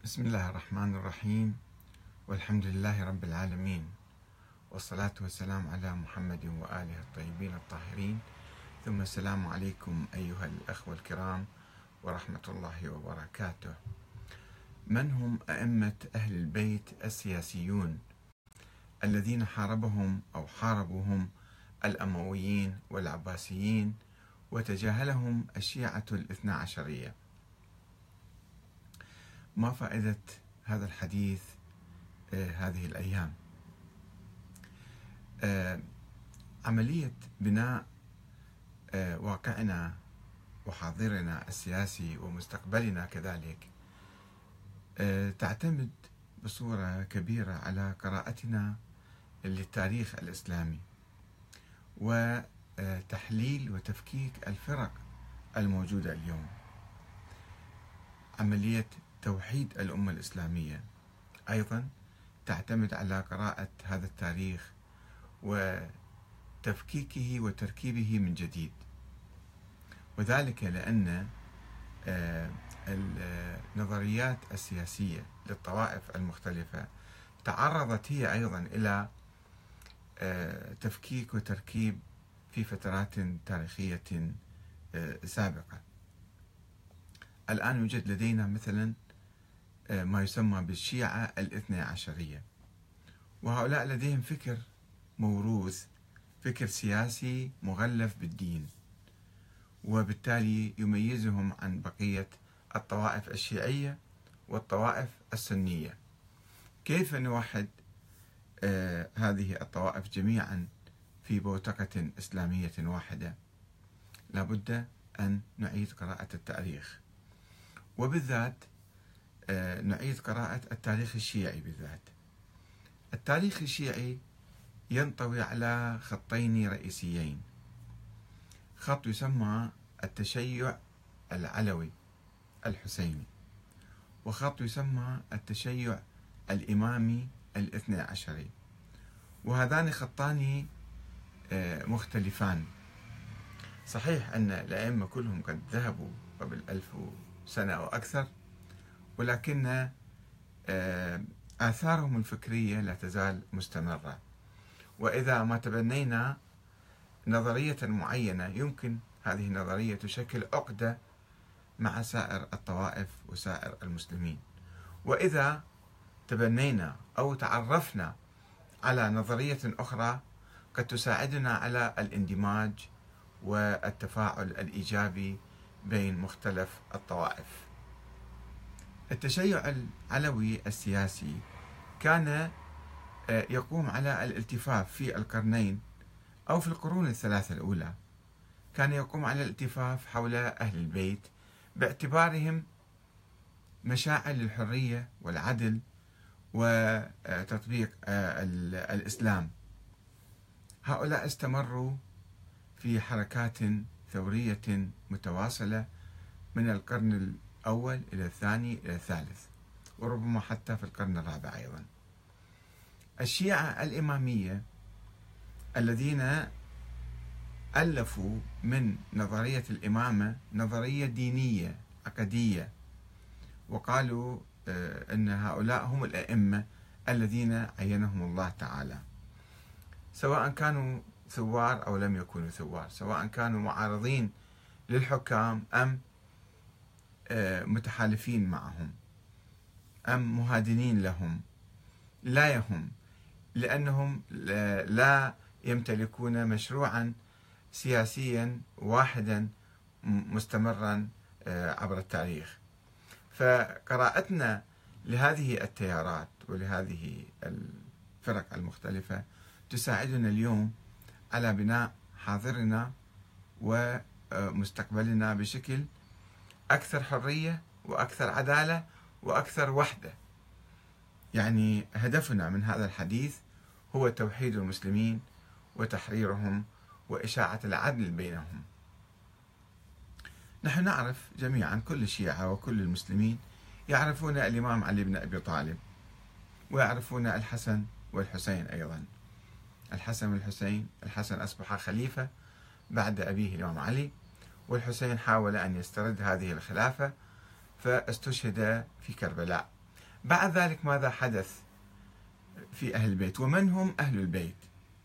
بسم الله الرحمن الرحيم، والحمد لله رب العالمين، والصلاة والسلام على محمد وآله الطيبين الطاهرين، ثم السلام عليكم أيها الأخوة الكرام ورحمة الله وبركاته. من هم أئمة أهل البيت السياسيون الذين حاربوهم الأمويين والعباسيين وتجاهلهم الشيعة الاثنا عشرية؟ ما فائدة هذا الحديث هذه الأيام؟ عملية بناء واقعنا وحاضرنا السياسي ومستقبلنا كذلك تعتمد بصورة كبيرة على قراءتنا للتاريخ الإسلامي وتحليل وتفكيك الفرق الموجودة اليوم. عملية توحيد الأمة الإسلامية أيضا تعتمد على قراءة هذا التاريخ وتفكيكه وتركيبه من جديد، وذلك لأن النظريات السياسية للطوائف المختلفة تعرضت هي أيضا إلى تفكيك وتركيب في فترات تاريخية سابقة. الآن يوجد لدينا مثلا ما يسمى بالشيعة الاثنى عشرية، وهؤلاء لديهم فكر موروث، فكر سياسي مغلف بالدين، وبالتالي يميزهم عن بقية الطوائف الشيعية والطوائف السنية. كيف نوحد هذه الطوائف جميعا في بوتقة إسلامية واحدة؟ لابد أن نعيد قراءة التاريخ، وبالذات نعيد قراءة التاريخ الشيعي. بالذات التاريخ الشيعي ينطوي على خطين رئيسيين: خط يسمى التشيع العلوي الحسيني، وخط يسمى التشيع الإمامي الاثنى عشري، وهذان خطان مختلفان. صحيح أن الأئمة كلهم قد ذهبوا قبل 1000 سنة أو أكثر، ولكن آثارهم الفكرية لا تزال مستمرة، وإذا ما تبنينا نظرية معينة يمكن هذه النظرية تشكل عقدة مع سائر الطوائف وسائر المسلمين، وإذا تبنينا أو تعرفنا على نظرية أخرى قد تساعدنا على الاندماج والتفاعل الإيجابي بين مختلف الطوائف. التشيع العلوي السياسي كان يقوم على الالتفاف في القرنين أو في القرون الثلاثة الأولى، كان يقوم على الالتفاف حول أهل البيت باعتبارهم مشاعل للحرية والعدل وتطبيق الإسلام. هؤلاء استمروا في حركات ثورية متواصلة من القرن الأول إلى الثاني إلى الثالث، وربما حتى في القرن الرابع أيضا. الشيعة الإمامية الذين ألفوا من نظرية الإمامة نظرية دينية عقدية، وقالوا أن هؤلاء هم الأئمة الذين عينهم الله تعالى، سواء كانوا ثوار أو لم يكونوا ثوار، سواء كانوا معارضين للحكام أم متحالفين معهم أم مهادنين لهم، لا يهم، لأنهم لا يمتلكون مشروعا سياسيا واحدا مستمرا عبر التاريخ. فقراءتنا لهذه التيارات ولهذه الفرق المختلفة تساعدنا اليوم على بناء حاضرنا ومستقبلنا بشكل أكثر حرية وأكثر عدالة وأكثر وحدة. يعني هدفنا من هذا الحديث هو توحيد المسلمين وتحريرهم وإشاعة العدل بينهم. نحن نعرف جميعا، كل الشيعة وكل المسلمين يعرفون الإمام علي بن أبي طالب، ويعرفون الحسن والحسين أيضا. الحسن والحسين، الحسن أصبح خليفة بعد أبيه الإمام علي، والحسين حاول أن يسترد هذه الخلافة فاستشهد في كربلاء. بعد ذلك ماذا حدث في أهل البيت، ومن هم أهل البيت؟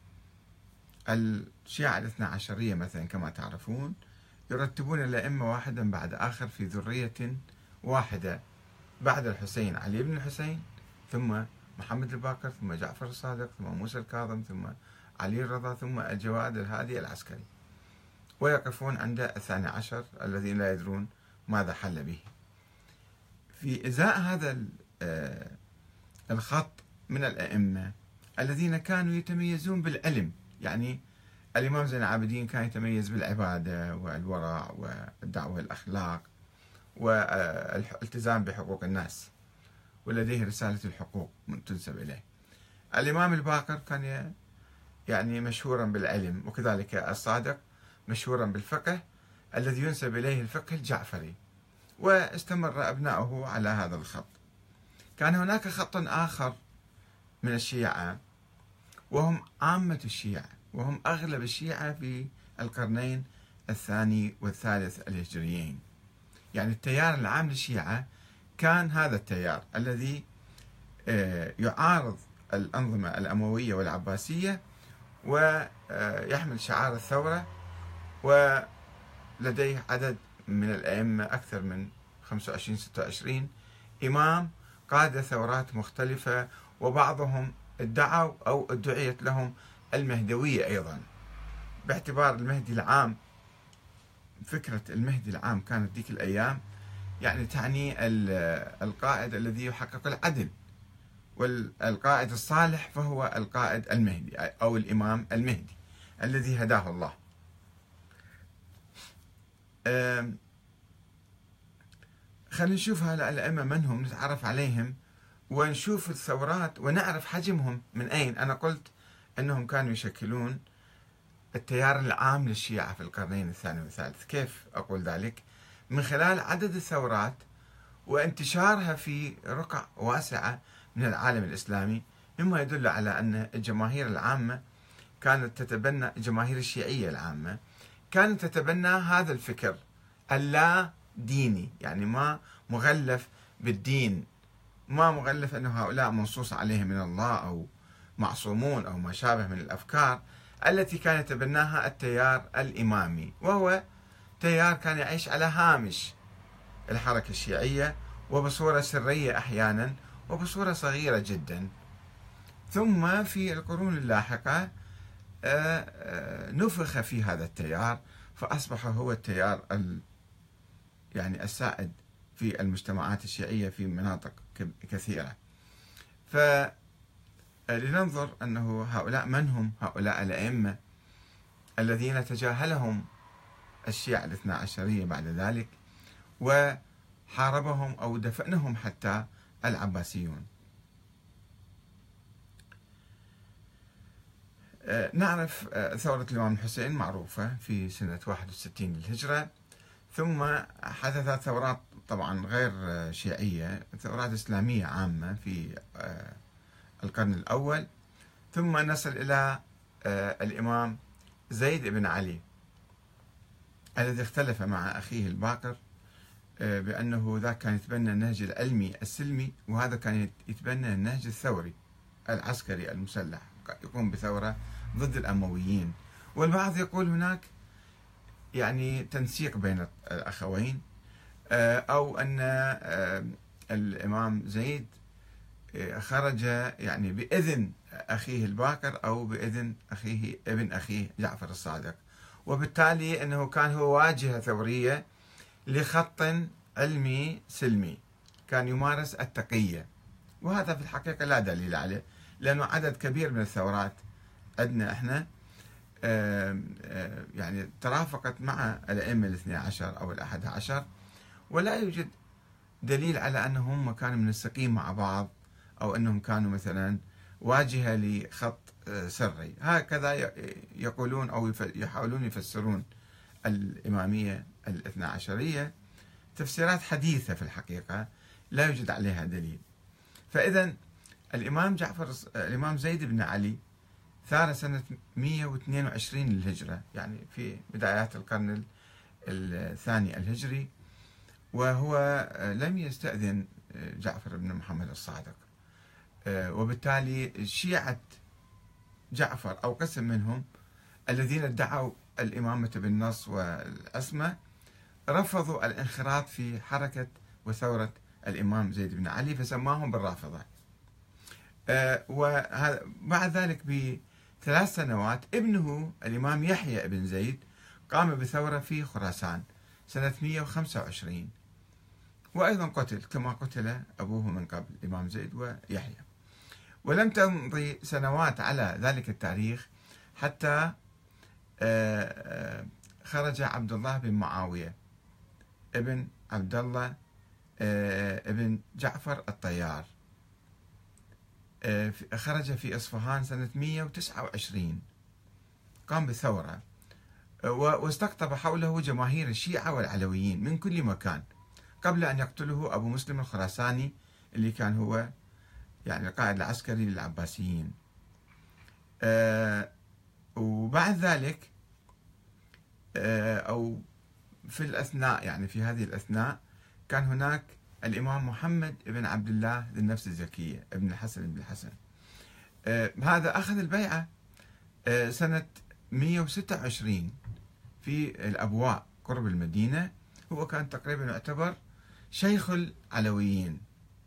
الشيعة الاثنى عشرية مثلا كما تعرفون يرتبون الأئمة واحدا بعد آخر في ذرية واحدة، بعد الحسين علي بن الحسين، ثم محمد الباقر، ثم جعفر الصادق، ثم موسى الكاظم، ثم علي الرضا، ثم الجواد الهادي العسكري، ويقفون عند الثاني عشر الذين لا يدرون ماذا حل به. في إزاء هذا الخط من الأئمة الذين كانوا يتميزون بالعلم، يعني الإمام زين العابدين كان يتميز بالعبادة والورع والدعوة الأخلاق والالتزام بحقوق الناس، ولديه رسالة الحقوق تنسب إليه. الإمام الباقر كان يعني مشهورا بالعلم، وكذلك الصادق مشهورا بالفقه الذي ينسب إليه الفقه الجعفري، واستمر أبناؤه على هذا الخط. كان هناك خط آخر من الشيعة، وهم عامة الشيعة، وهم أغلب الشيعة في القرنين الثاني والثالث الهجريين. يعني التيار العام للشيعة كان هذا التيار الذي يعارض الأنظمة الأموية والعباسية، ويحمل شعار الثورة، ولديه عدد من الأئمة أكثر من 25-26 إمام قاد ثورات مختلفة، وبعضهم ادعوا أو ادعيت لهم المهدوية أيضا، باعتبار المهدي العام. فكرة المهدي العام كانت ذيك الأيام يعني تعني القائد الذي يحقق العدل، والقائد الصالح فهو القائد المهدي أو الإمام المهدي الذي هداه الله. خلينا نشوف هؤلاء الأئمة من هم، نتعرف عليهم ونشوف الثورات ونعرف حجمهم من أين. أنا قلت أنهم كانوا يشكلون التيار العام للشيعة في القرنين الثاني والثالث. كيف أقول ذلك؟ من خلال عدد الثورات وانتشارها في رقع واسعة من العالم الإسلامي، مما يدل على أن الجماهير العامة كانت تتبنى، الجماهير الشيعية العامة كانت تتبنى هذا الفكر اللا ديني، يعني ما مغلف بالدين، ما مغلف أنه هؤلاء منصوص عليهم من الله أو معصومون أو ما شابه من الأفكار التي كان يتبناها التيار الإمامي، وهو تيار كان يعيش على هامش الحركة الشيعية وبصورة سرية أحيانا وبصورة صغيرة جدا. ثم في القرون اللاحقة نفخ في هذا التيار، فأصبح هو التيار يعني السائد في المجتمعات الشيعية في مناطق كثيرة. فلننظر أنه هؤلاء من هم هؤلاء الأئمة الذين تجاهلهم الشيعة الاثنى عشرية بعد ذلك، وحاربهم أو دفنهم حتى العباسيون. نعرف ثورة الإمام الحسين معروفة في سنة 61 للهجرة، ثم حدثت ثورات طبعا غير شيعية، ثورات إسلامية عامة في القرن الأول، ثم نصل إلى الإمام زيد بن علي الذي اختلف مع أخيه الباقر بأنه ذاك كان يتبنى النهج العلمي السلمي، وهذا كان يتبنى النهج الثوري العسكري المسلح، يقوم بثورة ضد الأمويين. والبعض يقول هناك يعني تنسيق بين الأخوين، أو أن الإمام زيد خرج يعني بإذن أخيه الباقر أو بإذن ابن أخيه جعفر الصادق، وبالتالي أنه كان هو واجهة ثورية لخط علمي سلمي، كان يمارس التقية. وهذا في الحقيقة لا دليل عليه، لأنه عدد كبير من الثورات عندنا احنا يعني ترافقت مع الأئمة الاثني عشر أو الأحد عشر، ولا يوجد دليل على أنهم كانوا منسقين مع بعض أو أنهم كانوا مثلا واجهة لخط سري. هكذا يقولون أو يحاولون يفسرون الإمامية الاثنى عشرية تفسيرات حديثة في الحقيقة لا يوجد عليها دليل. فإذا الإمام زيد بن علي ثار سنة 122 للهجرة، يعني في بدايات القرن الثاني الهجري، وهو لم يستأذن جعفر بن محمد الصادق. وبالتالي شيعة جعفر أو قسم منهم الذين ادعوا الإمامة بالنص والعصمة رفضوا الانخراط في حركة وثورة الإمام زيد بن علي فسماهم بالرافضة. وبعد ذلك ب3 سنوات ابنه الإمام يحيى بن زيد قام بثورة في خراسان سنة 125 وأيضا قتل كما قتل أبوه من قبل الإمام زيد ويحيى. ولم تمضي سنوات على ذلك التاريخ حتى خرج عبد الله بن معاوية ابن عبد الله ابن جعفر الطيار، خرج في إصفهان سنة 129 قام بثورة واستقطب حوله جماهير الشيعة والعلويين من كل مكان قبل أن يقتله أبو مسلم الخراساني اللي كان هو يعني القائد العسكري للعباسيين. وبعد ذلك أو في الأثناء يعني في هذه الأثناء كان هناك الإمام محمد بن عبد الله ذي النفس الزكية ابن الحسن بن الحسن. هذا أخذ البيعة سنة 126 في الأبواء قرب المدينة. هو كان تقريبا يعتبر شيخ العلويين،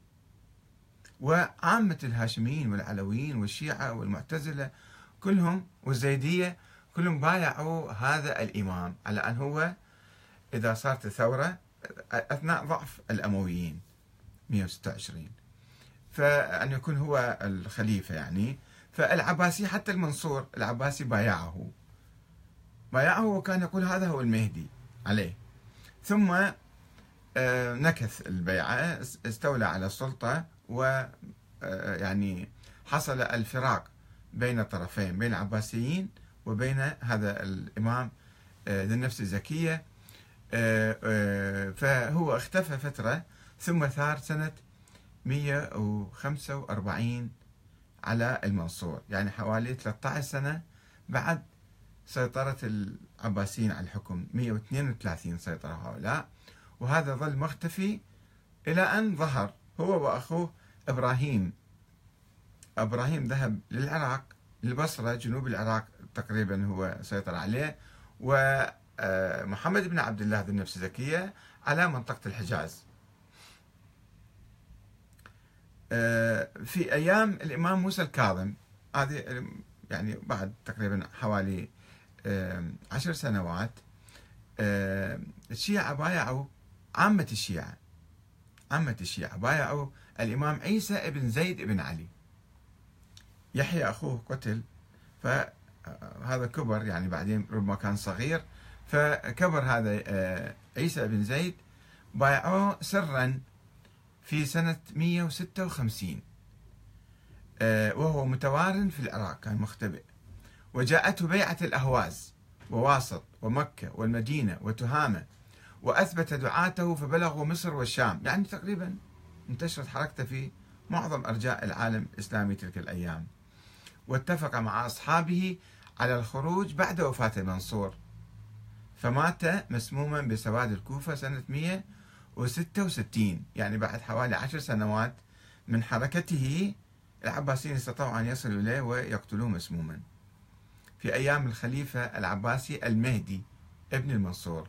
وعامة الهاشميين والعلويين والشيعة والمعتزلة كلهم والزيدية كلهم بايعوا هذا الإمام على أن هو إذا صارت الثورة أثناء ضعف الأمويين 126 فأن يكون هو الخليفة يعني. فالعباسي حتى المنصور العباسي بايعه وكان يقول هذا هو المهدي عليه. ثم نكث البيعة، استولى على السلطة ويعني حصل الفراق بين الطرفين بين العباسيين وبين هذا الإمام ذي النفس الزكية. فهو اختفى فترة ثم ثار سنة 145 على المنصور، يعني حوالي 13 سنة بعد سيطرة العباسيين على الحكم. 132 سيطرة هؤلاء، وهذا ظل مختفي إلى أن ظهر هو وأخوه إبراهيم. ذهب للعراق للبصرة جنوب العراق تقريبا هو سيطر عليه، ومحمد بن عبد الله ذي النفس الزكية على منطقة الحجاز. في أيام الإمام موسى الكاظم هذه يعني بعد تقريبا حوالي 10 سنوات الشيعة بايعوا عامة الشيعة بايعوا الإمام عيسى ابن زيد ابن علي. يحيى أخوه قتل، فهذا كبر يعني بعدين ربما كان صغير، فكبر هذا عيسى ابن زيد بايعوه سرا في سنة 156 وهو متوار في العراق كان مختبئ. وجاءته بيعة الأهواز وواسط ومكة والمدينة وتهامة، وأثبت دعاته فبلغوا مصر والشام، يعني تقريبا انتشرت حركته في معظم أرجاء العالم الإسلامي تلك الأيام. واتفق مع أصحابه على الخروج بعد وفاة المنصور، فمات مسموما بسواد الكوفة سنة 166، يعني بعد حوالي 10 سنوات من حركته العباسيين استطاعوا أن يصلوا إليه ويقتلوه مسموما في أيام الخليفة العباسي المهدي ابن المنصور.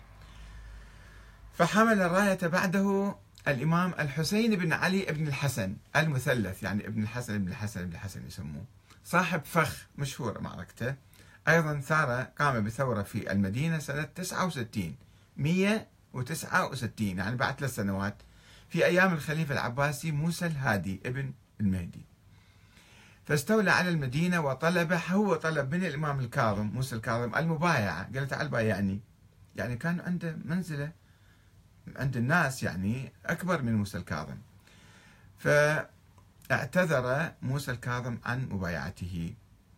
فحمل الراية بعده الإمام الحسين بن علي بن الحسن المثلث، يعني ابن الحسن بن الحسن بن الحسن يسموه، صاحب فخ مشهور معركته. أيضا قام بثورة في المدينة سنة 69 169، يعني بعد 3 سنوات في أيام الخليفة العباسي موسى الهادي ابن المهدي. فاستولى على المدينة هو طلب من الإمام الكاظم موسى الكاظم المبايعة، قال تعال بايعني، يعني كان عنده منزلة عند الناس يعني أكبر من موسى الكاظم. فاعتذر موسى الكاظم عن مبايعته،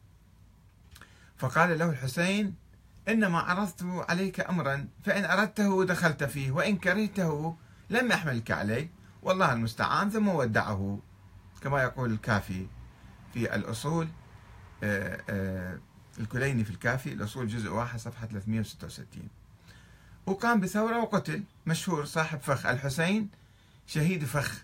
فقال له الحسين إنما عرضت عليك أمرا فإن أردته دخلت فيه وإن كرهته لم يحملك عليه والله المستعان. ثم ودعه كما يقول الكافي في الأصول، الكليني في الكافي الأصول جزء 1 صفحة 366. وقام بثورة وقتل، مشهور صاحب فخ الحسين شهيد فخ.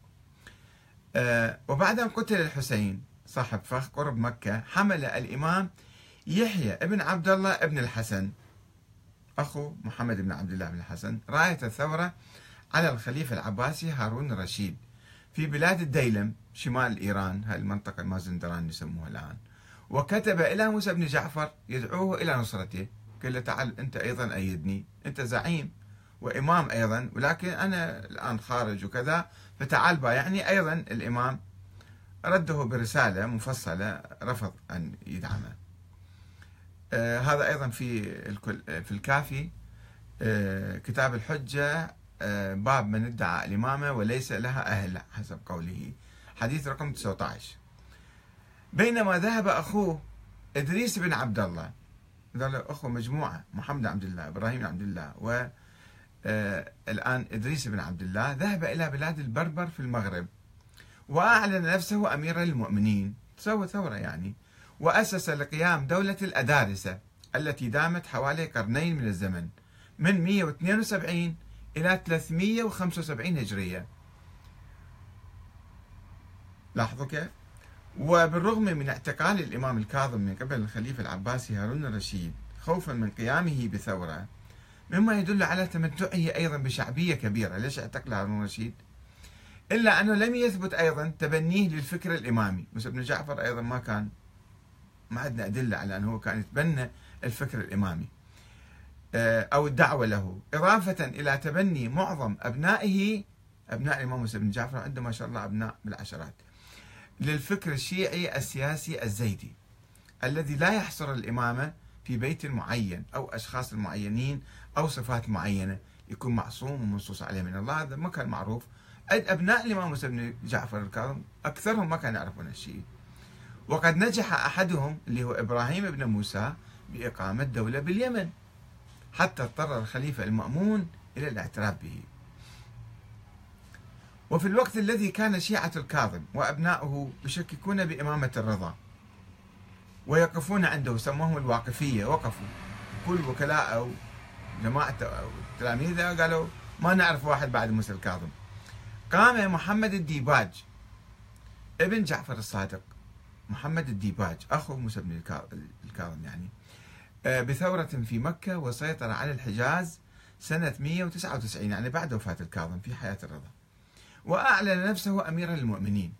وبعد أن قتل الحسين صاحب فخ قرب مكة، حمل الإمام يحيى ابن عبد الله ابن الحسن أخو محمد بن عبد الله بن الحسن راية الثورة على الخليفة العباسي هارون الرشيد في بلاد الديلم شمال إيران، هاي المنطقة مازندران يسموها الآن، وكتب إلى موسى بن جعفر يدعوه إلى نصرته، قال له تعال أنت أيضا أيدني، أنت زعيم وإمام أيضا، ولكن أنا الآن خارج وكذا، فتعال بايعني. أيضا الإمام رده برسالة مفصلة رفض أن يدعمه. هذا أيضا في الكافي كتاب الحجة باب من ادعى الإمامة وليس لها أهل حسب قوله، حديث رقم 19. بينما ذهب أخوه إدريس بن عبد الله، ذول أخوه مجموعة، محمد عبد الله، إبراهيم بن عبد الله، والآن إدريس بن عبد الله، ذهب إلى بلاد البربر في المغرب وأعلن نفسه أميرا للمؤمنين، سوى ثورة يعني، وأسس لقيام دولة الأدارسة التي دامت حوالي قرنين من الزمن من 172 إلى 375 هجرية. لاحظوا كيف؟ وبالرغم من اعتقال الإمام الكاظم من قبل الخليفة العباسي هارون الرشيد خوفا من قيامه بثورة، مما يدل على تمتعه أيضا بشعبية كبيرة، ليش اعتقل هارون الرشيد؟ إلا أنه لم يثبت أيضا تبنيه للفكر الإمامي. موسى بن جعفر أيضا ما عندنا أدلة على أنه كان يتبنى الفكر الإمامي أو الدعوة له، إضافة إلى تبني معظم أبنائه، أبناء الإمام موسى بن جعفر عنده ما شاء الله أبناء بالعشرات، للفكر الشيعي السياسي الزيدي الذي لا يحصر الإمامة في بيت معين أو أشخاص معينين أو صفات معينة يكون معصوم ومنصوص عليه من الله. هذا ما كان معروف. أبناء الإمام موسى بن جعفر الكاظم أكثرهم ما كانوا يعرفون الشيء، وقد نجح أحدهم اللي هو إبراهيم بن موسى بإقامة دولة باليمن حتى اضطر الخليفة المأمون إلى الاعتراف به. وفي الوقت الذي كان شيعة الكاظم وأبناؤه يشككون بإمامة الرضا ويقفون عنده، سموهم الواقفية، وقفوا كل وكلاء أو جماعة أو تلاميذه قالوا ما نعرف واحد بعد موسى الكاظم. قام محمد الديباج ابن جعفر الصادق، محمد الديباج أخو موسى بن الكاظم يعني، بثورة في مكة وسيطر على الحجاز سنة 199 يعني بعد وفاة الكاظم في حياة الرضا، وأعلن نفسه أميرا للمؤمنين.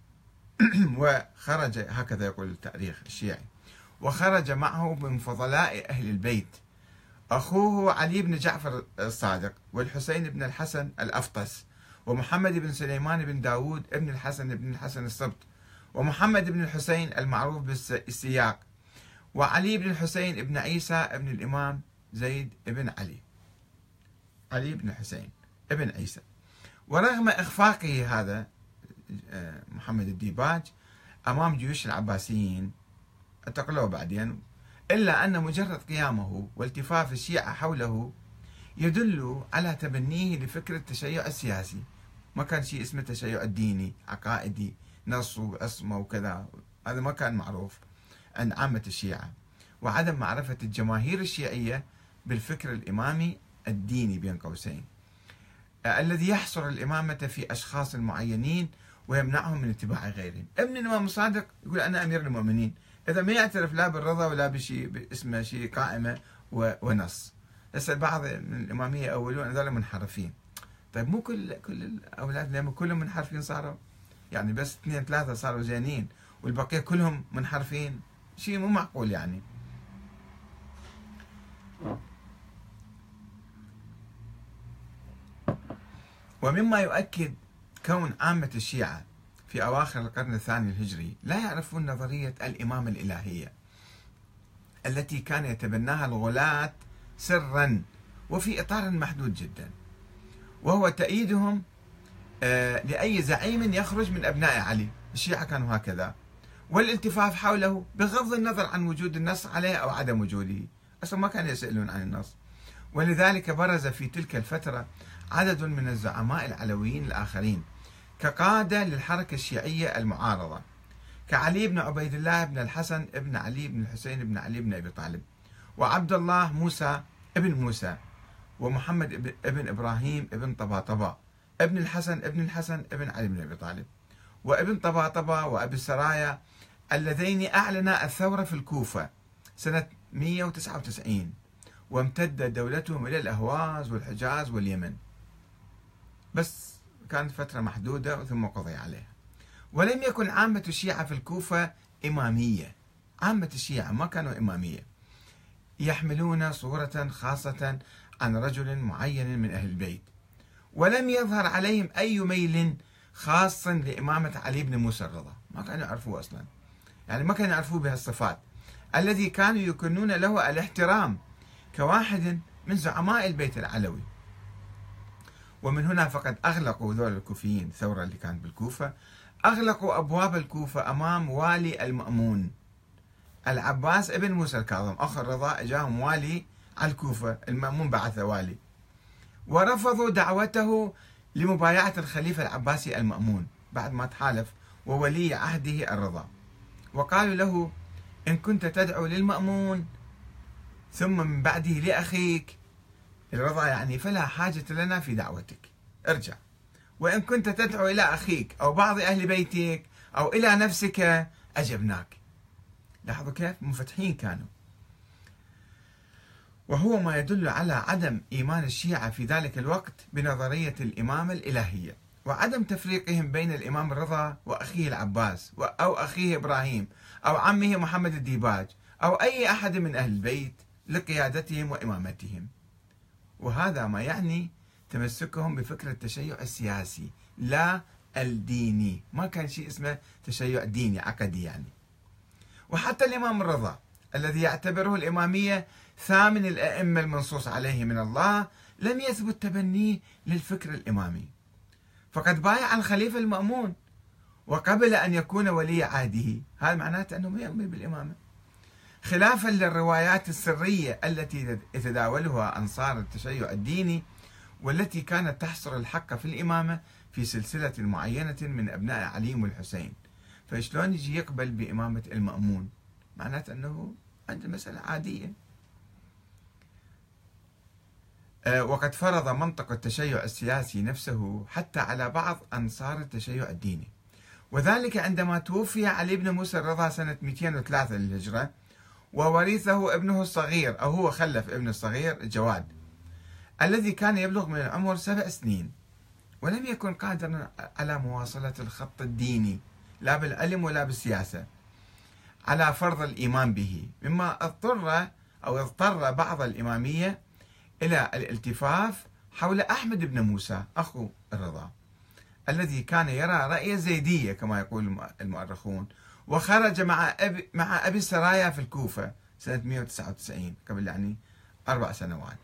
وخرج، هكذا يقول التاريخ الشيعي، وخرج معه من فضلاء أهل البيت أخوه علي بن جعفر الصادق والحسين بن الحسن الأفطس ومحمد بن سليمان بن داود ابن الحسن بن الحسن السبط ومحمد بن الحسين المعروف بالسياق وعلي بن الحسين بن عيسى ابن الإمام زيد بن علي بن الحسين ابن عيسى. ورغم إخفاقه هذا محمد الديباج أمام جيوش العباسيين اعتقلوه بعدين، إلا أن مجرد قيامه والتفاف الشيعة حوله يدل على تبنيه لفكرة التشيع السياسي. ما كان شيء اسمه التشيع الديني عقائدي نص وعصمة وكذا، هذا ما كان معروف عند عامة الشيعة، وعدم معرفة الجماهير الشيعية بالفكر الإمامي الديني بين قوسين الذي يحصر الإمامة في أشخاص معينين ويمنعهم من اتباع غيرهم. ابن الإمام الصادق يقول أنا أمير المؤمنين، إذا ما يعترف لا بالرضا ولا بشيء اسمه شيء قائمة ونص. هسه بعض من الإمامية يقولون هذول منحرفين. طيب مو كل الأولاد لما كلهم منحرفين صاروا؟ يعني بس 2 3 صاروا زينين والبقية كلهم منحرفين؟ شيء مو معقول يعني. ومما يؤكد كون عامة الشيعة في أواخر القرن الثاني الهجري لا يعرفون نظرية الإمامة الإلهية التي كان يتبناها الغلاة سرا وفي إطار محدود جدا، وهو تأييدهم لأي زعيم يخرج من أبناء علي. الشيعة كانوا هكذا، والالتفاف حوله بغض النظر عن وجود النص عليه أو عدم وجوده، أصلا ما كانوا يسألون عن النص. ولذلك برز في تلك الفترة عدد من الزعماء العلويين الآخرين كقادة للحركة الشيعية المعارضة، كعلي بن عبيد الله بن الحسن بن علي بن الحسين بن علي بن أبي طالب، وعبد الله موسى ابن موسى، ومحمد ابن إبراهيم ابن طباطبة ابن الحسن ابن علي بن أبي طالب، وابن طباطبة وأبي السرايا، اللذين أعلنا الثورة في الكوفة سنة 199، وامتدت دولتهم إلى الأهواز والحجاز واليمن، بس كانت فترة محدودة ثم قضي عليها. ولم يكن عامة الشيعة في الكوفة إمامية، عامة الشيعة ما كانوا إمامية، يحملون صورة خاصة عن رجل معين من أهل البيت، ولم يظهر عليهم أي ميل خاص لإمامة علي بن موسى الرضا، ما كانوا يعرفوه أصلا، يعني ما كانوا يعرفوه بهالصفات، الذي كانوا يكنون له الاحترام كواحد من زعماء البيت العلوي. ومن هنا فقد أغلقوا ذول الكوفيين، الثورة اللي كانت بالكوفة، أغلقوا أبواب الكوفة أمام والي المأمون العباس ابن موسى الكاظم، أخ الرضا جاهم والي على الكوفة، المأمون بعثه والي، ورفضوا دعوته لمبايعة الخليفة العباسي المأمون بعد ما تحالف وولي عهده الرضا، وقالوا له: إن كنت تدعو للمأمون ثم من بعده لأخيك الرضا يعني فلا حاجة لنا في دعوتك، ارجع، وإن كنت تدعو إلى أخيك أو بعض أهل بيتك أو إلى نفسك أجبناك. لاحظوا كيف منفتحين كانوا. وهو ما يدل على عدم إيمان الشيعة في ذلك الوقت بنظرية الإمامة الإلهية، وعدم تفريقهم بين الإمام الرضا وأخيه العباس أو أخيه إبراهيم أو عمه محمد الديباج أو أي أحد من أهل البيت لقيادتهم وإمامتهم. وهذا ما يعني تمسكهم بفكرة التشيع السياسي لا الديني، ما كان شيء اسمه تشيع ديني عقدي يعني. وحتى الإمام الرضا الذي يعتبره الإمامية ثامن الأئمة المنصوص عليه من الله لم يثبت تبنيه للفكر الإمامي، فقد بايع الخليفة المأمون وقبل أن يكون ولي عهده، هذا معناته أنه ما يؤمن بالإمامة، خلافا للروايات السرية التي يتداولها أنصار التشيع الديني، والتي كانت تحصر الحق في الإمامة في سلسلة معينة من أبناء علي والحسين. فشلون يجي يقبل بإمامة المأمون؟ معناته أنه عنده مسألة عادية. وقد فرض منطق التشيع السياسي نفسه حتى على بعض أنصار التشيع الديني، وذلك عندما توفي علي بن موسى الرضا سنة 203 للهجرة، وورثه ابنه الصغير، أو هو خلف ابنه الصغير الجواد، الذي كان يبلغ من العمر 7 سنين، ولم يكن قادرا على مواصلة الخط الديني لا بالعلم ولا بالسياسة على فرض الإيمان به، مما اضطر بعض الإمامية إلى الالتفاف حول أحمد بن موسى أخو الرضا، الذي كان يرى رأي الزيدية كما يقول المؤرخون، وخرج مع أبي السرايا في الكوفة سنة 199 قبل يعني 4 سنوات،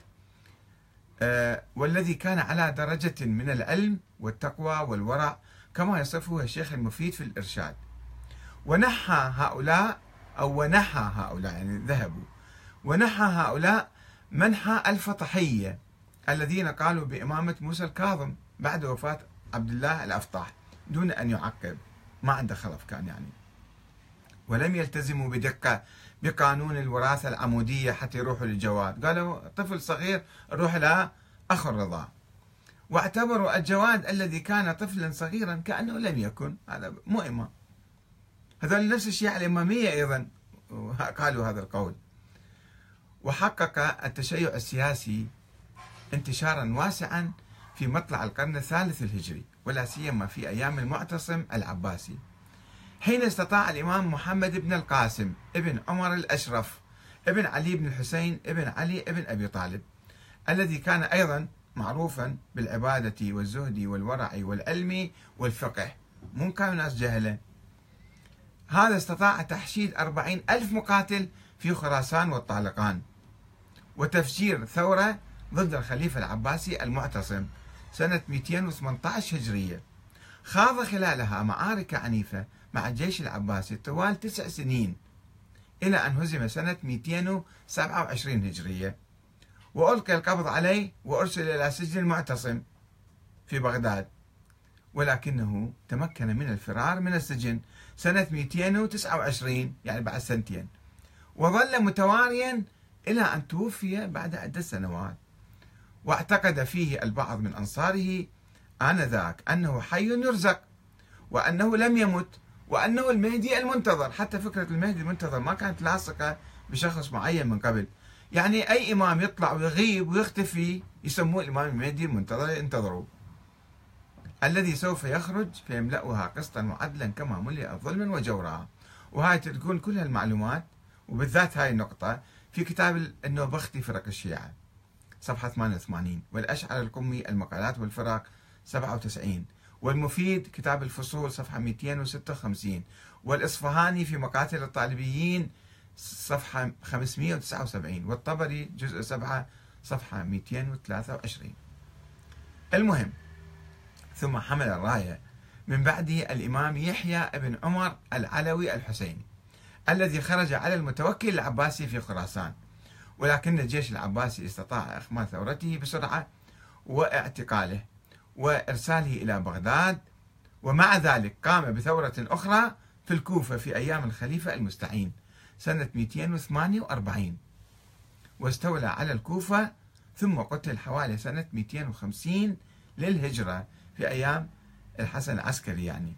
والذي كان على درجة من العلم والتقوى والورع كما يصفه الشيخ المفيد في الإرشاد. ونحى هؤلاء يعني ذهبوا ونحى هؤلاء منحى الفطحية الذين قالوا بإمامة موسى الكاظم بعد وفاة عبد الله الأفطاح دون أن يعقب، ما عنده خلف كان يعني، ولم يلتزموا بدقة بقانون الوراثة العمودية حتى يروحوا للجواد، قالوا طفل صغير روح إلى أخ الرضا، واعتبروا الجواد الذي كان طفلا صغيرا كأنه لم يكن، هذا مو إمام. هذول نفس الشيعة الإمامية أيضا قالوا هذا القول. وحقق التشيع السياسي انتشارا واسعا في مطلع القرن الثالث الهجري، ولا سيما في أيام المعتصم العباسي، حين استطاع الإمام محمد بن القاسم ابن عمر الأشرف ابن علي بن الحسين ابن علي ابن أبي طالب، الذي كان أيضا معروفا بالعبادة والزهد والورع والعلم والفقه، مو كانوا ناس جهلة. هذا استطاع تحشيد 40,000 مقاتل في خراسان والطالقان، وتفجير ثورة ضد الخليفة العباسي المعتصم سنة 218 هجرية، خاض خلالها معارك عنيفة مع الجيش العباسي طوال 9 سنين، إلى أن هزم سنة 227 هجرية، وألقي القبض عليه وأرسل إلى سجن المعتصم في بغداد، ولكنه تمكن من الفرار من السجن سنة 229 يعني بعد 2 سنين، وظل متواريا إلى أن توفي بعد عدة سنوات. واعتقد فيه البعض من أنصاره آنذاك أنه حي يرزق، وأنه لم يمت، وأنه المهدي المنتظر. حتى فكرة المهدي المنتظر ما كانت لاصقة بشخص معين من قبل، يعني أي إمام يطلع ويغيب ويختفي يسموه الإمام المهدي المنتظر ينتظروا، الذي سوف يخرج فيملأها قسطا وعدلا كما ملئت ظلما وجورا. وهاي تكون كل هالمعلومات، وبالذات هاي النقطة في كتاب النوبختي فرق الشيعة صفحة 88، والأشعر القمي المقالات والفرق 97، والمفيد كتاب الفصول صفحة 256، والإصفهاني في مقاتل الطالبيين صفحة 579، والطبري جزء 7 صفحة 223. المهم، ثم حمل الراية من بعده الإمام يحيى بن عمر العلوي الحسيني، الذي خرج على المتوكل العباسي في خراسان، ولكن الجيش العباسي استطاع إخماد ثورته بسرعة واعتقاله وإرساله إلى بغداد. ومع ذلك قام بثورة أخرى في الكوفة في أيام الخليفة المستعين سنة 248، واستولى على الكوفة، ثم قتل حوالي سنة 250 للهجرة في أيام الحسن العسكري يعني.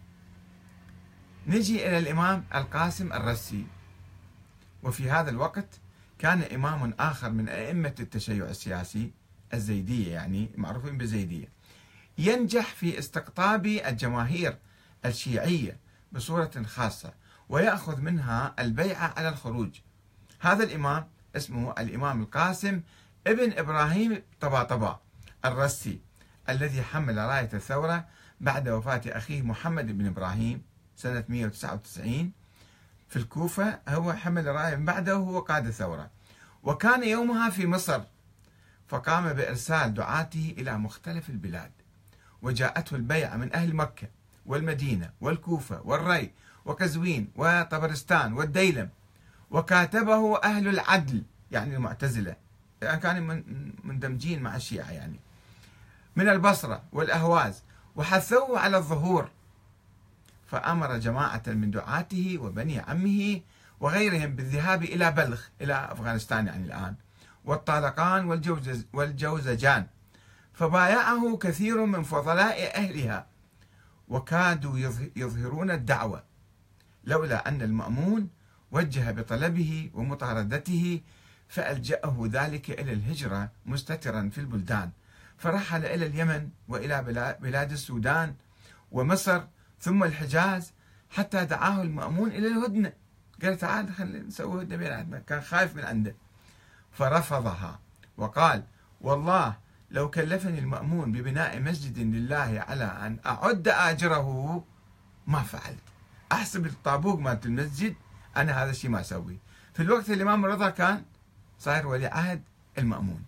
نجي إلى الإمام القاسم الرسي، وفي هذا الوقت كان إمام آخر من أئمة التشيع السياسي الزيدية، يعني معروفين بالزيدية، ينجح في استقطاب الجماهير الشيعية بصورة خاصة ويأخذ منها البيعة على الخروج. هذا الإمام اسمه الإمام القاسم ابن إبراهيم طباطبا الرسي، الذي حمل راية الثورة بعد وفاة أخيه محمد بن إبراهيم سنة 199 في الكوفة. هو حمل راية من بعده وهو قاد الثورة، وكان يومها في مصر، فقام بإرسال دعاته إلى مختلف البلاد، وجاءته البيعة من أهل مكة والمدينة والكوفة والري وقزوين وطبرستان والديلم، وكاتبه أهل العدل يعني المعتزلة، يعني كانوا مندمجين مع الشيعة يعني، من البصرة والأهواز، وحثوه على الظهور. فأمر جماعة من دعاته وبني عمه وغيرهم بالذهاب إلى بلخ، إلى أفغانستان يعني الآن، والطالقان والجوزجان، فبايعه كثير من فضلاء أهلها، وكادوا يظهرون الدعوة، لولا أن المأمون وجه بطلبه ومطاردته، فألجأه ذلك إلى الهجرة مستترا في البلدان، فرحل إلى اليمن وإلى بلاد السودان ومصر ثم الحجاز، حتى دعاه المأمون إلى الهدنة، قال تعال خلينا نسوي هدنة بيناتنا، كان خايف من عنده، فرفضها وقال والله لو كلفني المأمون ببناء مسجد لله على أن أعد آجره ما فعلت، أحسب الطابوق مالت المسجد، أنا هذا الشيء ما أسوي. في الوقت الإمام الرضا كان صاير ولي عهد المأمون.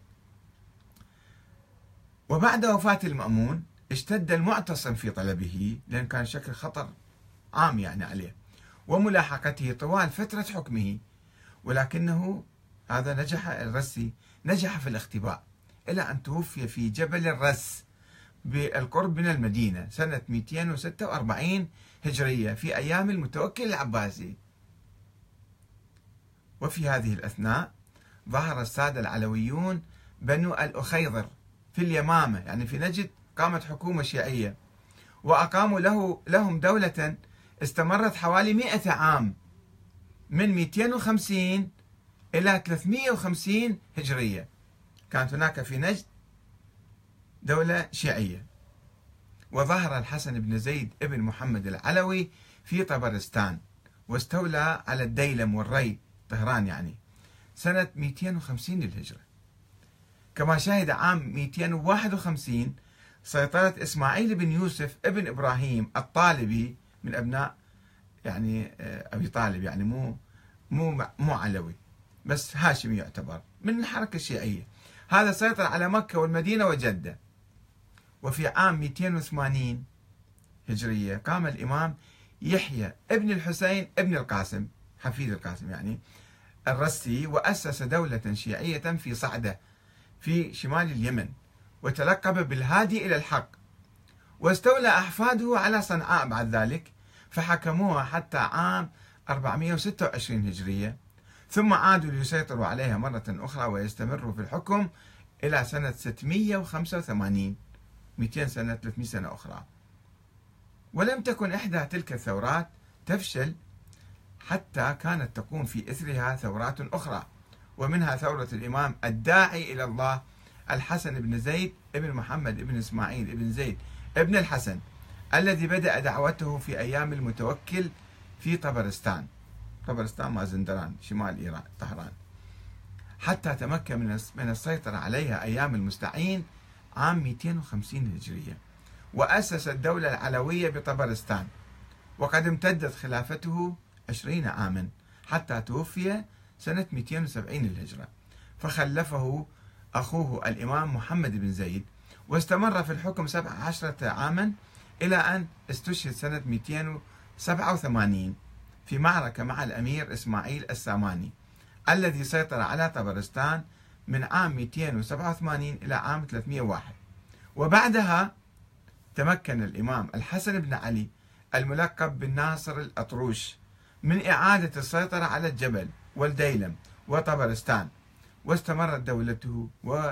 وبعد وفاة المأمون اشتد المعتصم في طلبه، لأن كان شكل خطر عام يعني عليه، وملاحقته طوال فترة حكمه، ولكنه هذا نجح الرسي، نجح في الاختباء إلى أن توفي في جبل الرس بالقرب من المدينة سنة 246 هجرية في أيام المتوكل العباسي. وفي هذه الأثناء ظهر السادة العلويون بنو الأخيضر في اليمامة، يعني في نجد قامت حكومة شيعية، وأقاموا لهم دولة استمرت حوالي 100 عام، من 250 إلى 350 هجرية. كانت هناك في نجد دولة شيعية. وظهر الحسن بن زيد ابن محمد العلوي في طبرستان، واستولى على الديلم والري طهران يعني سنة 250 للهجرة. كما شهد عام 251 سيطرة إسماعيل بن يوسف ابن إبراهيم الطالبي من أبناء يعني أبي طالب، يعني مو علوي بس هاشمي يعتبر من الحركة الشيعية. هذا سيطر على مكة والمدينة وجدة. وفي عام 280 هجرية قام الإمام يحيى ابن الحسين ابن القاسم حفيد القاسم يعني الرسي، وأسس دولة شيعية في صعدة في شمال اليمن، وتلقب بالهادي إلى الحق. واستولى أحفاده على صنعاء بعد ذلك، فحكموها حتى عام 426 هجرية، ثم عادوا ليسيطروا عليها مرة أخرى ويستمروا في الحكم إلى سنة 685. 200 سنة 300 سنة أخرى. ولم تكن إحدى تلك الثورات تفشل، حتى كانت تقوم في إثرها ثورات أخرى، ومنها ثورة الإمام الداعي إلى الله الحسن بن زيد ابن محمد ابن إسماعيل ابن زيد ابن الحسن، الذي بدأ دعوته في أيام المتوكل في طبرستان مازندران شمال إيران طهران، حتى تمكن من السيطرة عليها أيام المستعين عام 250 هجرية، وأسس الدولة العلوية بطبرستان، وقد امتدت خلافته 20 عاما حتى توفي سنة 270 للهجرة، فخلفه أخوه الإمام محمد بن زيد، واستمر في الحكم 17 عاما إلى أن استشهد سنة 287 في معركة مع الأمير إسماعيل الساماني، الذي سيطر على طبرستان من عام 287 إلى عام 301. وبعدها تمكن الإمام الحسن بن علي الملقب بالناصر الأطروش من إعادة السيطرة على الجبل والديلم وطبرستان، واستمرت دولته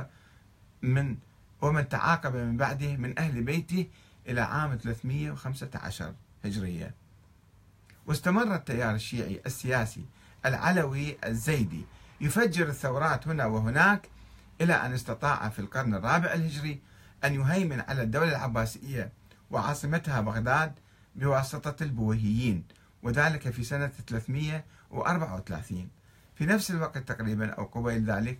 ومن تعاقب من بعده من أهل بيته إلى عام 315 هجرية. واستمر التيار الشيعي السياسي العلوي الزيدي يفجر الثورات هنا وهناك، إلى أن استطاع في القرن الرابع الهجري أن يهيمن على الدولة العباسية وعاصمتها بغداد بواسطة البويهيين، وذلك في سنة 334. في نفس الوقت تقريبا أو قبيل ذلك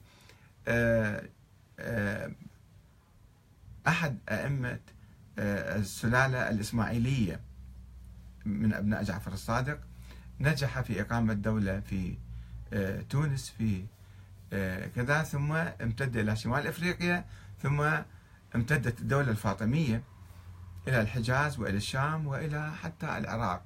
أحد أئمة السلالة الإسماعيلية من أبناء جعفر الصادق نجح في إقامة دولة في تونس في كذا، ثم امتد إلى شمال أفريقيا، ثم امتدت الدولة الفاطمية إلى الحجاز وإلى الشام وإلى حتى العراق،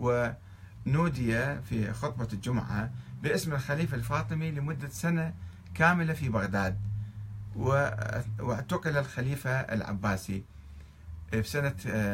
ونودي في خطبة الجمعة باسم الخليفة الفاطمي لمدة سنة كاملة في بغداد، واعتقل الخليفة العباسي في سنة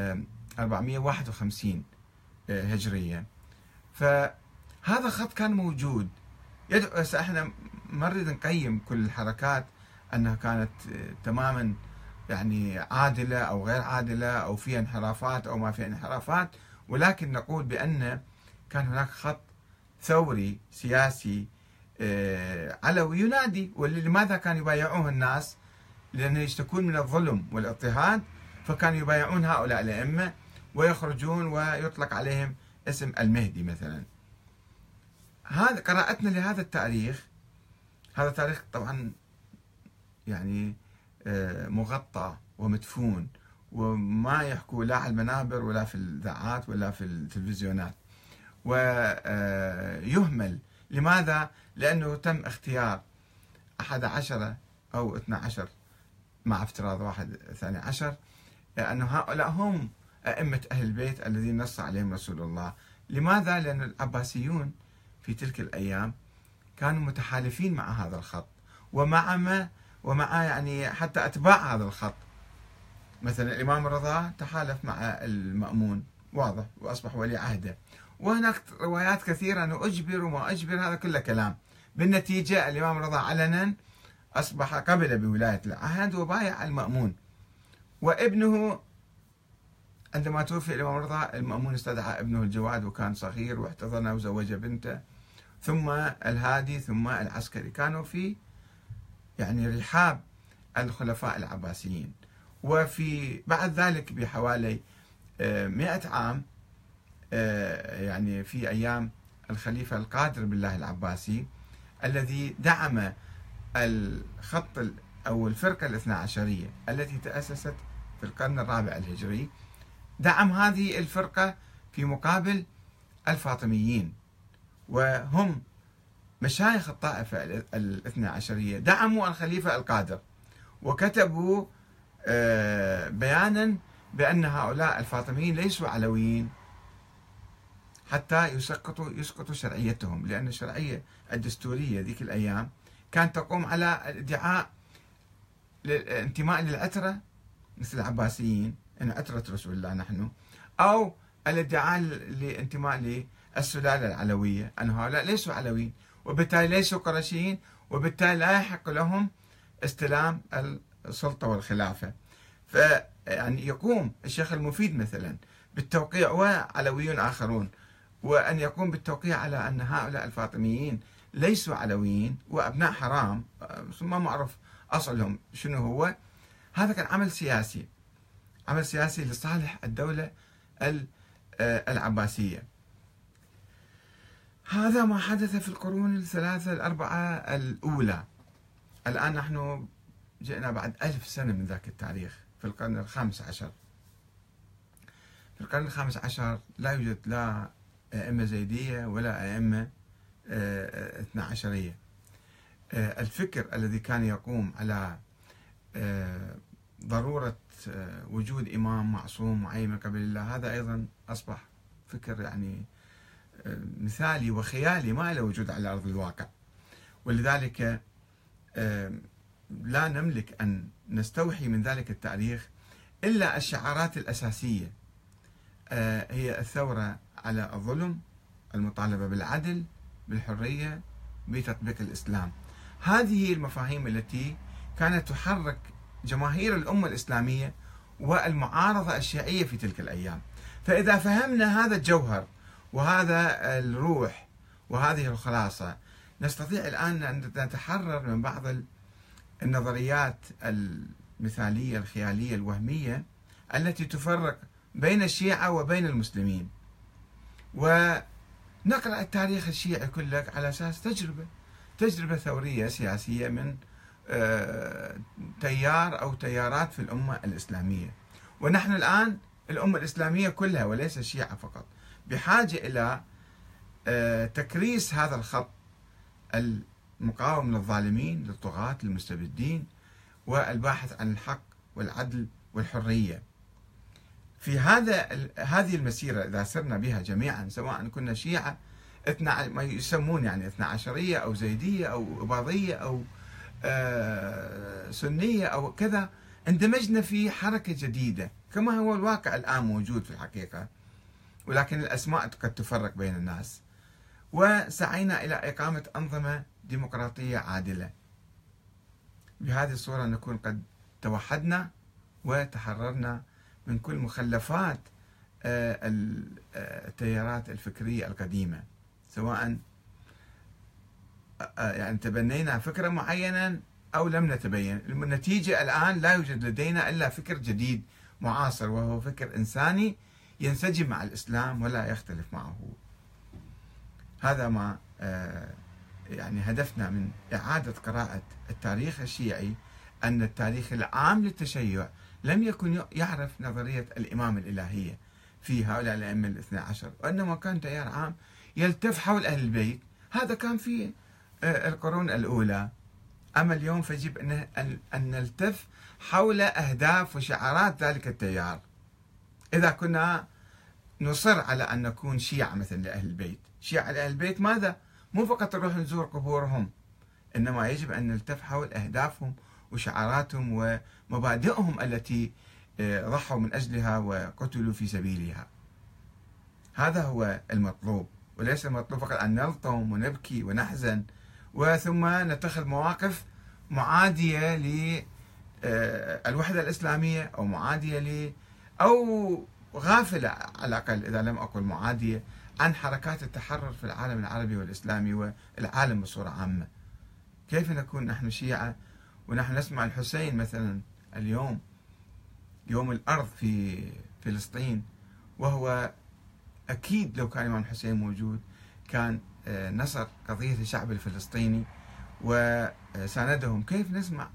451 هجرية. فهذا خط كان موجود. احنا ما نريد نقيم كل الحركات أنها كانت تماما يعني عادلة أو غير عادلة أو فيها انحرافات أو ما فيها انحرافات، ولكن نقول بأن كان هناك خط ثوري سياسي علوي ينادي. ولماذا كانوا يبايعوه الناس؟ لأنه يشتكون من الظلم والاضطهاد، فكانوا يبايعون هؤلاء الأئمة ويخرجون ويطلق عليهم اسم المهدي مثلا. هذا قراءتنا لهذا التاريخ، هذا تاريخ طبعا يعني مغطى ومدفون، وما يحكوا لا على المنابر ولا في الإذاعات ولا في التلفزيونات، ويهمل. لماذا؟ لأنه تم اختيار 11 أو 12 مع افتراض واحد 12 أن هؤلاء هم أئمة أهل البيت الذين نص عليهم رسول الله. لماذا؟ لأن العباسيون في تلك الأيام كانوا متحالفين مع هذا الخط، ومع يعني حتى أتباع هذا الخط. مثلا الإمام الرضا تحالف مع المأمون واضح وأصبح ولي عهده، وهناك روايات كثيرة أنه أجبر وما أجبر، هذا كله كلام. بالنتيجة الإمام الرضا علنا أصبح قبل بولاية العهد وبايع المأمون، وابنه عندما توفي الإمام الرضا المأمون استدعى ابنه الجواد وكان صغير واحتضنه وزوج بنته، ثم الهادي، ثم العسكري، كانوا في يعني رحاب الخلفاء العباسيين. وفي بعد ذلك بحوالي 100 عام يعني في أيام الخليفة القادر بالله العباسي الذي دعم الخط أو الفرقة الاثنى عشرية التي تأسست في القرن الرابع الهجري، دعم هذه الفرقة في مقابل الفاطميين، وهم مشايخ الطائفة الاثنى عشرية دعموا الخليفة القادر، وكتبوا بيانا بأن هؤلاء الفاطميين ليسوا علويين حتى يسقطوا شرعيتهم، لأن الشرعية الدستورية ذيك الأيام كانت تقوم على الادعاء الانتماء للعترة مثل العباسيين، أن عترة رسول الله نحن، أو الادعاء للانتماء للسلالة العلوية، أن هؤلاء ليسوا علويين وبالتالي ليسوا قرشيين، وبالتالي لا يحق لهم استلام السلطة والخلافة. فيعني يقوم الشيخ المفيد مثلا بالتوقيع وعلويون آخرون، وأن يقوم بالتوقيع على أن هؤلاء الفاطميين ليسوا علويين وأبناء حرام، ثم ما معروف أصلهم شنو هو. هذا كان عمل سياسي، عمل سياسي لصالح الدولة العباسية. هذا ما حدث في القرون الثلاثة الأربعة الأولى. الآن نحن جئنا بعد 1000 سنة من ذاك التاريخ، في القرن الخامس عشر. في القرن الخامس عشر لا يوجد لا أئمة زيدية ولا أئمة 12 الفكر الذي كان يقوم على ضرورة وجود إمام معصوم معين من قبل الله، هذا أيضا أصبح فكر يعني مثالي وخيالي ما له وجود على أرض الواقع. ولذلك لا نملك أن نستوحي من ذلك التاريخ إلا الشعارات الأساسية، هي الثورة على الظلم، المطالبة بالعدل، بالحرية، بتطبيق الإسلام. هذه المفاهيم التي كانت تحرك جماهير الأمة الإسلامية والمعارضة الشيعية في تلك الأيام. فإذا فهمنا هذا الجوهر وهذا الروح وهذه الخلاصة، نستطيع الآن أن نتحرر من بعض النظريات المثالية الخيالية الوهمية التي تفرق بين الشيعة وبين المسلمين، ونقرأ التاريخ الشيعي كله على أساس تجربة ثورية سياسية من تيار أو تيارات في الأمة الإسلامية. ونحن الآن الأمة الإسلامية كلها وليس الشيعة فقط بحاجة إلى تكريس هذا الخط المقاوم للظالمين، للطغاة، للمستبدين، والباحث عن الحق والعدل والحرية. في هذه المسيرة إذا سرنا بها جميعا، سواء كنا شيعة ما يسمون يعني 12 أو زيدية أو إباضية أو سنية أو كذا، اندمجنا في حركة جديدة كما هو الواقع الآن موجود في الحقيقة، ولكن الأسماء قد تفرق بين الناس. وسعينا إلى إقامة أنظمة ديمقراطية عادلة. بهذه الصورة نكون قد توحدنا وتحررنا من كل مخلفات التيارات الفكرية القديمة، سواء يعني تبنينا فكرة معينة أو لم نتبين. النتيجة الآن لا يوجد لدينا إلا فكر جديد معاصر، وهو فكر إنساني ينسجم مع الإسلام ولا يختلف معه. هذا ما يعني هدفنا من إعادة قراءة التاريخ الشيعي، أن التاريخ العام للتشيع لم يكن يعرف نظرية الإمام الإلهية في هؤلاء الأئمة ال12، وإنما كان تيار عام يلتف حول أهل البيت. هذا كان في القرون الأولى. أما اليوم فيجب أن نلتف حول أهداف وشعارات ذلك التيار. إذا كنا نصر على أن نكون شيعة مثلا لأهل البيت، شيعة لأهل البيت ماذا؟ مو فقط نروح نزور قبورهم، إنما يجب أن نلتف حول أهدافهم وشعاراتهم ومبادئهم التي ضحوا من أجلها وقتلوا في سبيلها. هذا هو المطلوب، وليس المطلوب فقط أن نلطم ونبكي ونحزن وثم نتخذ مواقف معادية للوحدة الإسلامية أو معادية أو غافلة على الأقل إذا لم أقل معادية عن حركات التحرر في العالم العربي والإسلامي والعالم بصورة عامة. كيف نكون نحن شيعة ونحن نسمع الحسين مثلا اليوم يوم الأرض في فلسطين، وهو أكيد لو كان الإمام الحسين موجود كان نصر قضية الشعب الفلسطيني وساندهم. كيف نسمع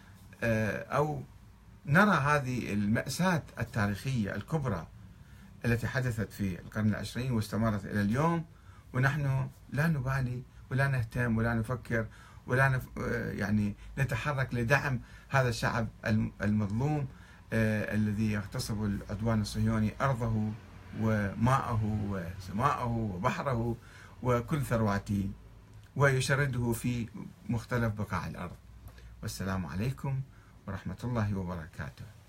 أو نرى هذه المأساة التاريخية الكبرى التي حدثت في القرن العشرين واستمرت إلى اليوم، ونحن لا نبالي ولا نهتم ولا نفكر ولا يعني نتحرك لدعم هذا الشعب المظلوم الذي يغتصب العدوان الصهيوني أرضه وماءه وسماءه وبحره وكل ثرواته ويشرده في مختلف بقاع الأرض. والسلام عليكم ورحمة الله وبركاته.